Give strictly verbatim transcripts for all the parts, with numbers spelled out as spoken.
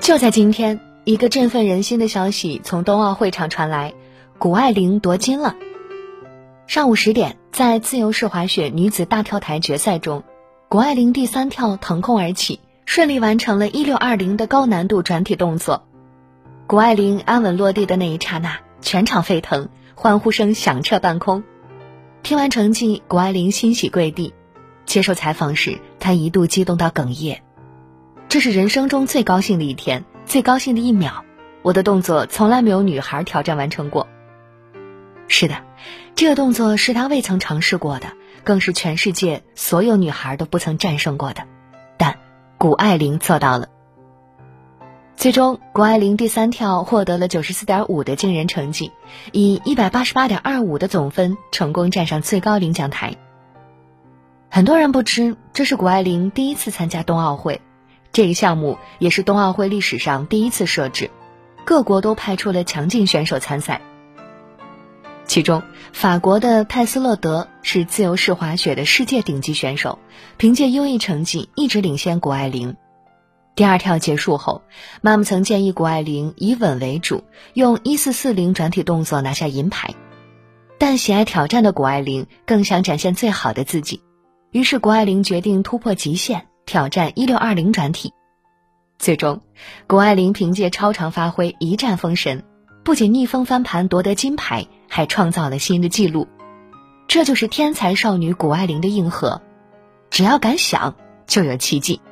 就在今天，一个振奋人心的消息从冬奥会场传来，谷爱凌夺金了。上午十点，在自由式滑雪女子大跳台决赛中，谷爱凌第三跳腾空而起，顺利完成了一六二零的高难度转体动作。谷爱凌安稳落地的那一刹那，全场沸腾，欢呼声响彻半空。听完成绩，谷爱凌欣喜跪地。接受采访时，她一度激动到哽咽。这是人生中最高兴的一天，最高兴的一秒，我的动作从来没有女孩挑战完成过。是的，这个动作是她未曾尝试过的，更是全世界所有女孩都不曾战胜过的，但谷爱凌做到了。最终，谷爱凌第三跳获得了 九十四点五 的惊人成绩，以 一百八十八点二五 的总分成功站上最高领奖台。很多人不知，这是谷爱凌第一次参加冬奥会，这个项目也是冬奥会历史上第一次设置，各国都派出了强劲选手参赛。其中，法国的泰斯勒德是自由式滑雪的世界顶级选手，凭借优异成绩一直领先谷爱凌。第二跳结束后，妈妈曾建议谷爱凌以稳为主，用一四四零转体动作拿下银牌。但喜爱挑战的谷爱凌更想展现最好的自己，于是谷爱凌决定突破极限，挑战一六二零转体。最终，谷爱凌凭借超常发挥一战封神，不仅逆风翻盘夺得金牌，还创造了新的纪录。这就是天才少女谷爱凌的硬核，只要敢想，就有奇迹。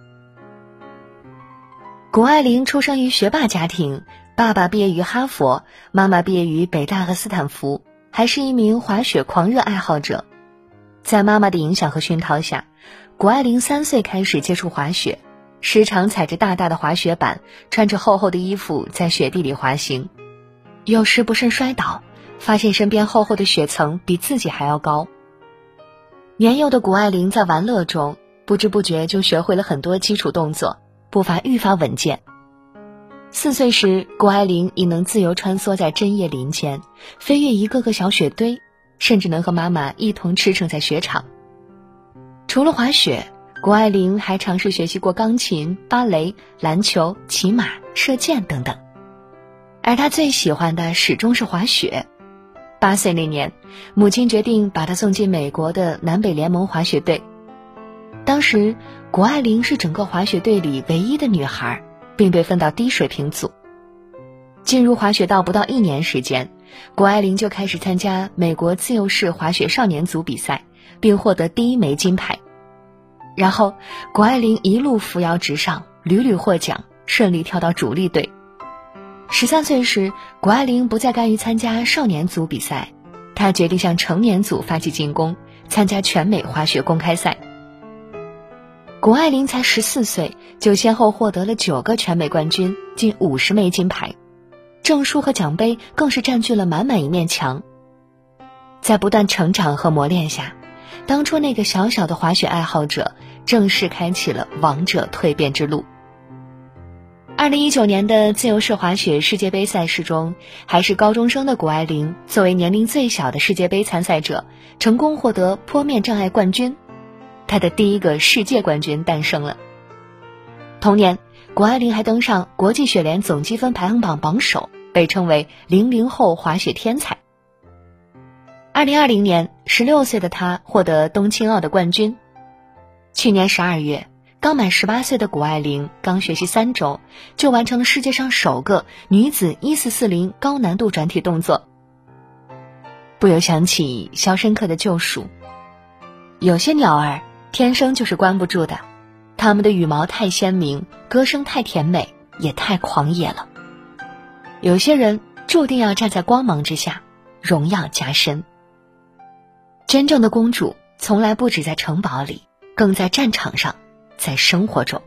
谷爱凌出生于学霸家庭，爸爸毕业于哈佛，妈妈毕业于北大和斯坦福，还是一名滑雪狂热爱好者。在妈妈的影响和熏陶下，谷爱凌三岁开始接触滑雪，时常踩着大大的滑雪板，穿着厚厚的衣服在雪地里滑行。有时不慎摔倒，发现身边厚厚的雪层比自己还要高。年幼的谷爱凌在玩乐中，不知不觉就学会了很多基础动作，步伐愈发稳健。四岁时，谷爱凌已能自由穿梭在针叶林间，飞越一个个小雪堆，甚至能和妈妈一同驰骋在雪场。除了滑雪，谷爱凌还尝试学习过钢琴、芭蕾、篮球、骑马、射箭等等。而她最喜欢的始终是滑雪。八岁那年，母亲决定把她送进美国的南北联盟滑雪队。当时，谷爱凌是整个滑雪队里唯一的女孩，并被分到低水平组。进入滑雪道不到一年时间，谷爱凌就开始参加美国自由式滑雪少年组比赛，并获得第一枚金牌。然后，谷爱凌一路扶摇直上，屡屡获奖，顺利跳到主力队。十三岁时，谷爱凌不再甘于参加少年组比赛，她决定向成年组发起进攻，参加全美滑雪公开赛。谷爱凌才十四岁，就先后获得了九个全美冠军，近五十枚金牌，证书和奖杯更是占据了满满一面墙。在不断成长和磨练下，当初那个小小的滑雪爱好者正式开启了王者蜕变之路。二零一九年的自由式滑雪世界杯赛事中，还是高中生的谷爱凌作为年龄最小的世界杯参赛者，成功获得坡面障碍冠军，她的第一个世界冠军诞生了。同年，谷爱凌还登上国际雪联总积分排行榜榜首，被称为零零后滑雪天才。二零二零年，十六岁的她获得冬青奥的冠军。去年十二月，刚满十八岁的谷爱凌刚学习三周，就完成了世界上首个女子一四四零高难度转体动作。不由想起《肖申克的救赎》，有些鸟儿天生就是关不住的，它们的羽毛太鲜明，歌声太甜美，也太狂野了。有些人注定要站在光芒之下，荣耀加身。真正的公主从来不止在城堡里，更在战场上，在生活中。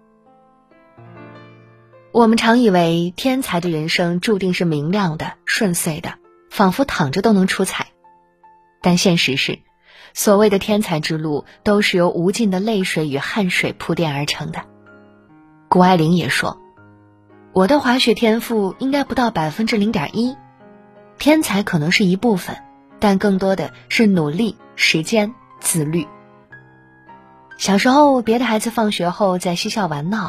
我们常以为天才的人生注定是明亮的、顺遂的，仿佛躺着都能出彩。但现实是，所谓的天才之路都是由无尽的泪水与汗水铺垫而成的。谷爱凌也说，我的滑雪天赋应该不到 百分之零点一， 天才可能是一部分，但更多的是努力、时间、自律。小时候，别的孩子放学后在嬉笑玩闹，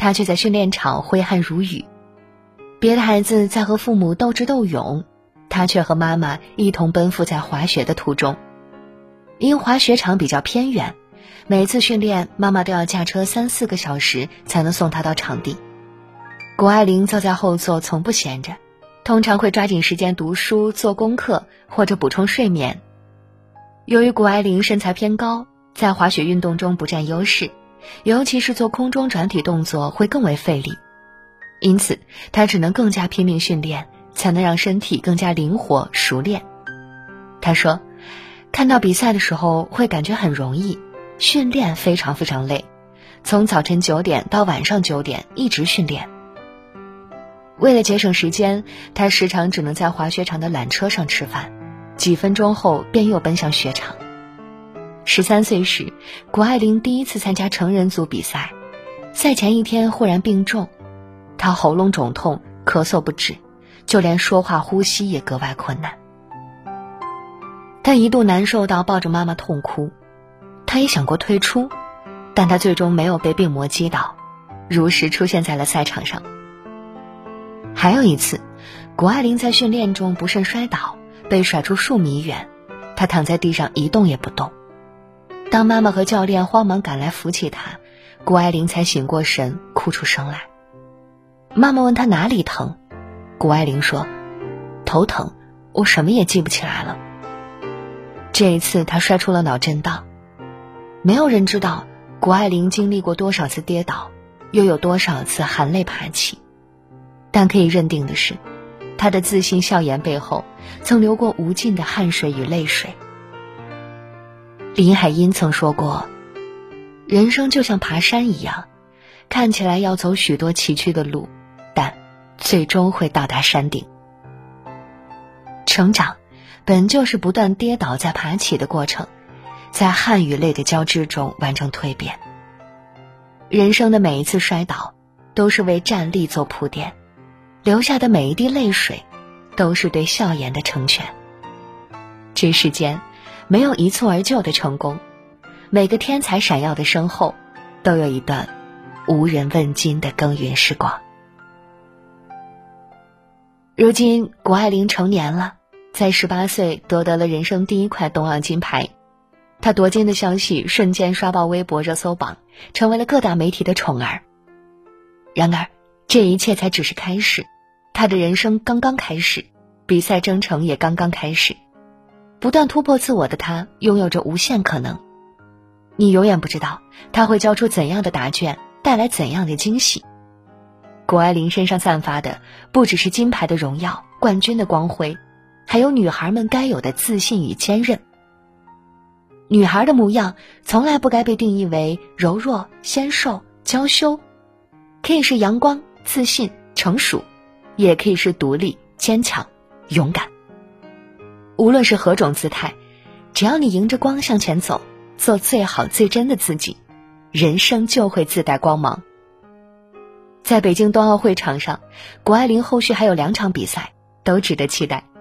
她却在训练场挥汗如雨。别的孩子在和父母斗智斗勇，她却和妈妈一同奔赴在滑雪的途中。因滑雪场比较偏远，每次训练妈妈都要驾车三四个小时才能送她到场地。谷爱凌坐在后座从不闲着，通常会抓紧时间读书、做功课或者补充睡眠。由于谷爱凌身材偏高，在滑雪运动中不占优势，尤其是做空中转体动作会更为费力，因此她只能更加拼命训练，才能让身体更加灵活熟练。她说，看到比赛的时候会感觉很容易，训练非常非常累，从早晨九点到晚上九点一直训练。为了节省时间，她时常只能在滑雪场的缆车上吃饭，几分钟后便又奔向雪场。十三岁时，谷爱凌第一次参加成人组比赛，赛前一天忽然病重，她喉咙肿痛，咳嗽不止，就连说话呼吸也格外困难。她一度难受到抱着妈妈痛哭，她也想过退出，但她最终没有被病魔击倒，如实出现在了赛场上。还有一次，谷爱凌在训练中不慎摔倒，被甩出数米远，她躺在地上一动也不动。当妈妈和教练慌忙赶来扶起她，谷爱凌才醒过神，哭出声来。妈妈问她哪里疼，谷爱凌说，头疼，我什么也记不起来了。这一次她摔出了脑震荡。没有人知道谷爱凌经历过多少次跌倒，又有多少次含泪爬起，但可以认定的是，她的自信笑颜背后曾流过无尽的汗水与泪水。林海音曾说过，人生就像爬山一样，看起来要走许多崎岖的路，但最终会到达山顶。成长本就是不断跌倒再爬起的过程，在汗与泪的交织中完成蜕变。人生的每一次摔倒都是为站立做铺垫，流下的每一滴泪水都是对笑颜的成全。这世间没有一蹴而就的成功，每个天才闪耀的身后都有一段无人问津的耕耘时光。如今谷爱凌成年了，在十八岁夺得了人生第一块冬奥金牌，她夺金的消息瞬间刷爆微博热搜榜，成为了各大媒体的宠儿。然而这一切才只是开始，她的人生刚刚开始，比赛征程也刚刚开始。不断突破自我的她拥有着无限可能，你永远不知道她会交出怎样的答卷，带来怎样的惊喜。谷爱凌身上散发的不只是金牌的荣耀、冠军的光辉，还有女孩们该有的自信与坚韧。女孩的模样从来不该被定义为柔弱、纤瘦、娇羞，可以是阳光、自信、成熟，也可以是独立、坚强、勇敢。无论是何种姿态，只要你迎着光向前走，做最好最真的自己，人生就会自带光芒。在北京冬奥会场上，谷爱凌后续还有两场比赛，都值得期待。